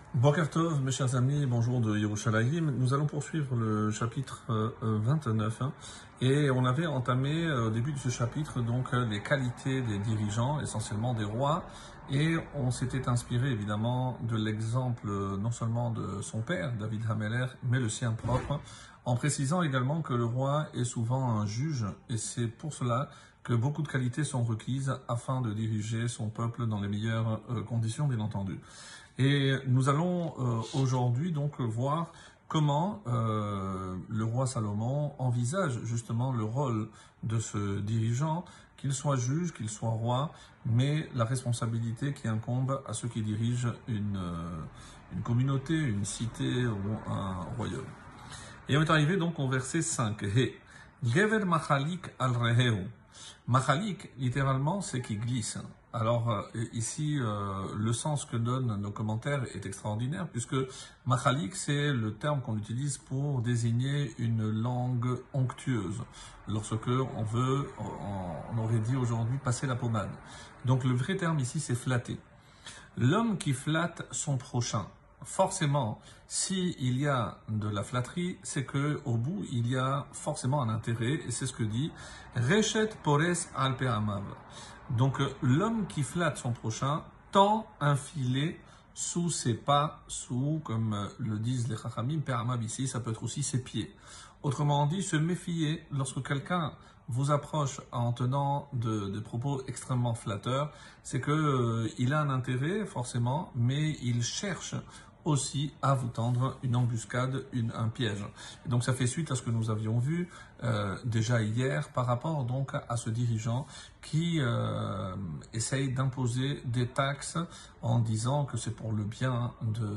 Boker Tov, mes chers amis, bonjour de Yerushalayim. Nous allons poursuivre le chapitre 29 et on avait entamé au début de ce chapitre donc les qualités des dirigeants, essentiellement des rois, et on s'était inspiré évidemment de l'exemple non seulement de son père, David Hameler, mais le sien propre, en précisant également que le roi est souvent un juge et c'est pour cela que beaucoup de qualités sont requises afin de diriger son peuple dans les meilleures conditions, bien entendu. Et nous allons aujourd'hui donc voir comment le roi Salomon envisage justement le rôle de ce dirigeant, qu'il soit juge, qu'il soit roi, mais la responsabilité qui incombe à ceux qui dirigent une communauté, une cité ou un royaume. Et on est arrivé donc au verset 5. He, Gever machalik al rehehu. Machalik, littéralement, c'est qui glisse. Alors ici, le sens que donnent nos commentaires est extraordinaire, puisque machalik, c'est le terme qu'on utilise pour désigner une langue onctueuse. Lorsque on aurait dit aujourd'hui passer la pommade. Donc le vrai terme ici, c'est flatter. L'homme qui flatte son prochain. Forcément, s'il y a de la flatterie, c'est que au bout il y a forcément un intérêt, et c'est ce que dit Reshet Pores al Pe'amav. Donc l'homme qui flatte son prochain tend un filet sous ses pas, comme le disent les Chachamim, Pe'amav ici, ça peut être aussi ses pieds. Autrement dit, se méfier lorsque quelqu'un vous approche en tenant de propos extrêmement flatteurs, c'est que il a un intérêt forcément, mais il cherche aussi à vous tendre une embuscade, un piège. Et donc ça fait suite à ce que nous avions vu déjà hier par rapport donc à ce dirigeant qui essaye d'imposer des taxes en disant que c'est pour le bien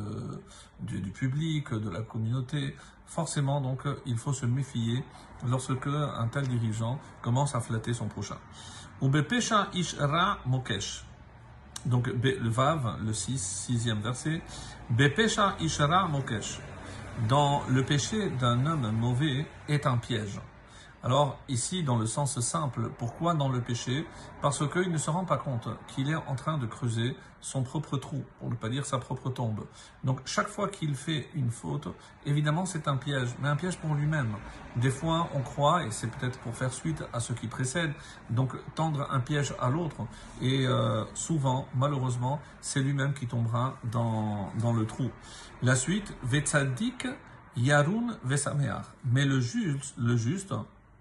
du public, de la communauté. Forcément donc il faut se méfier lorsque un tel dirigeant commence à flatter son prochain. Ubepesha ish ra mokesh. Donc le Vav, le 6e verset, Bepesha ishara mokesh. Dans le péché d'un homme mauvais est un piège. Alors ici, dans le sens simple, pourquoi dans le péché? Parce qu'il ne se rend pas compte qu'il est en train de creuser son propre trou, pour ne pas dire sa propre tombe. Donc chaque fois qu'il fait une faute, évidemment c'est un piège, mais un piège pour lui-même. Des fois on croit, et c'est peut-être pour faire suite à ce qui précède, donc tendre un piège à l'autre, et souvent, malheureusement, c'est lui-même qui tombera dans le trou. La suite, Vetzadik Yarun Vesameach. Mais le juste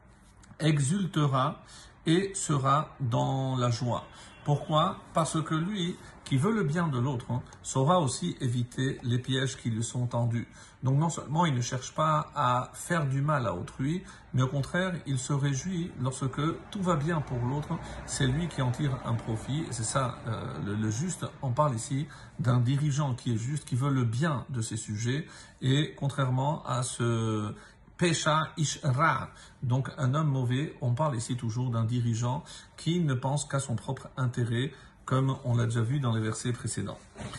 exultera et sera dans la joie. Pourquoi? Parce que lui, qui veut le bien de l'autre, saura aussi éviter les pièges qui lui sont tendus. Donc non seulement il ne cherche pas à faire du mal à autrui, mais au contraire, il se réjouit lorsque tout va bien pour l'autre, c'est lui qui en tire un profit. Et c'est ça, le juste, on parle ici d'un dirigeant qui est juste, qui veut le bien de ses sujets, et contrairement à ce Pesha ish ra, donc un homme mauvais, on parle ici toujours d'un dirigeant qui ne pense qu'à son propre intérêt, comme on l'a déjà vu dans les versets précédents.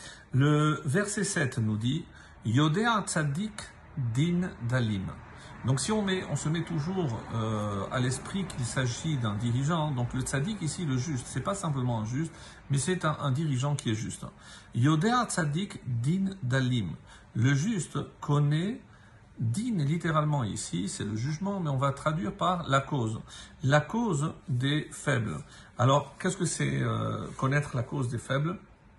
Le verset 7 nous dit Yodea tzadik din dalim. Donc si on se met toujours à l'esprit qu'il s'agit d'un dirigeant, donc le tzaddik ici, le juste, c'est pas simplement un juste, mais c'est un dirigeant qui est juste. Yodea tzadik din dalim. Le juste connaît. Din, littéralement ici, c'est le jugement, mais on va traduire par la cause des faibles. Alors, qu'est-ce que c'est connaître la cause des faibles?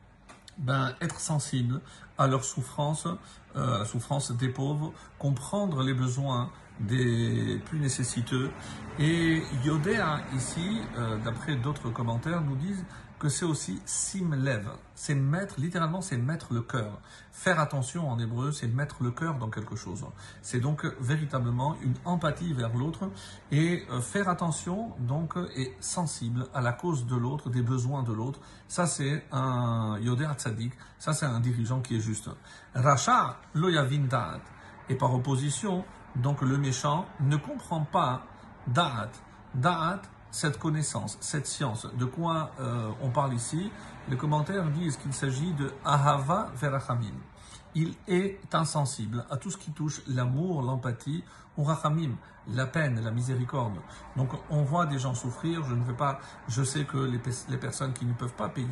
Être sensible à leur souffrance, à la souffrance des pauvres, comprendre les besoins des plus nécessiteux. Et Yodéa, ici, d'après d'autres commentaires, nous disent que c'est aussi simlev, c'est mettre, littéralement c'est mettre le cœur. Faire attention en hébreu, c'est mettre le cœur dans quelque chose. C'est donc véritablement une empathie vers l'autre et faire attention donc est sensible à la cause de l'autre, des besoins de l'autre. Ça c'est un Yodéa Tzadik, ça c'est un dirigeant qui est juste. Racha lo yavin da'at. Et par opposition, donc le méchant ne comprend pas da'at. Da'at, cette connaissance, cette science. De quoi on parle ici? Les commentaires disent qu'il s'agit de Ahava Verachamim. Il est insensible à tout ce qui touche l'amour, l'empathie, ou Rachamim, la peine, la miséricorde. Donc on voit des gens souffrir, je sais que les personnes qui ne peuvent pas payer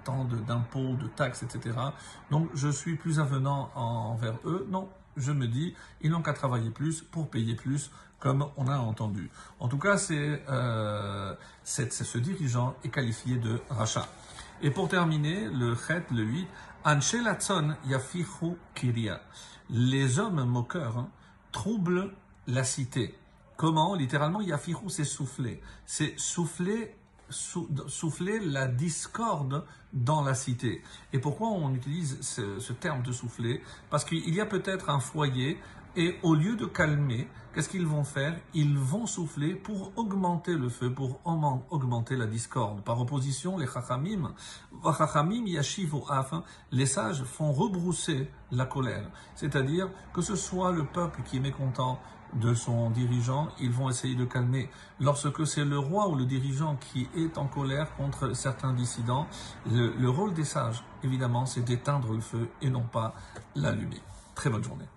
tant d'impôts, de taxes, etc. Donc je suis plus avenant envers eux. Non, je me dis, ils n'ont qu'à travailler plus pour payer plus, comme on a entendu. En tout cas, ce dirigeant est qualifié de rachat. Et pour terminer, le chet, le 8, Anshe Latson Yafichu Kiria. Les hommes moqueurs troublent la cité. Comment? Littéralement, Yafichu, c'est souffler. C'est souffler la discorde dans la cité. Et pourquoi on utilise ce terme de souffler? Parce qu'il y a peut-être un foyer et au lieu de calmer, qu'est-ce qu'ils vont faire? Ils vont souffler pour augmenter le feu, pour augmenter la discorde. Par opposition, les chachamim yashivu af, les sages font rebrousser la colère. C'est-à-dire que ce soit le peuple qui est mécontent de son dirigeant, ils vont essayer de calmer. Lorsque c'est le roi ou le dirigeant qui est en colère contre certains dissidents, le rôle des sages, évidemment, c'est d'éteindre le feu et non pas l'allumer. Très bonne journée.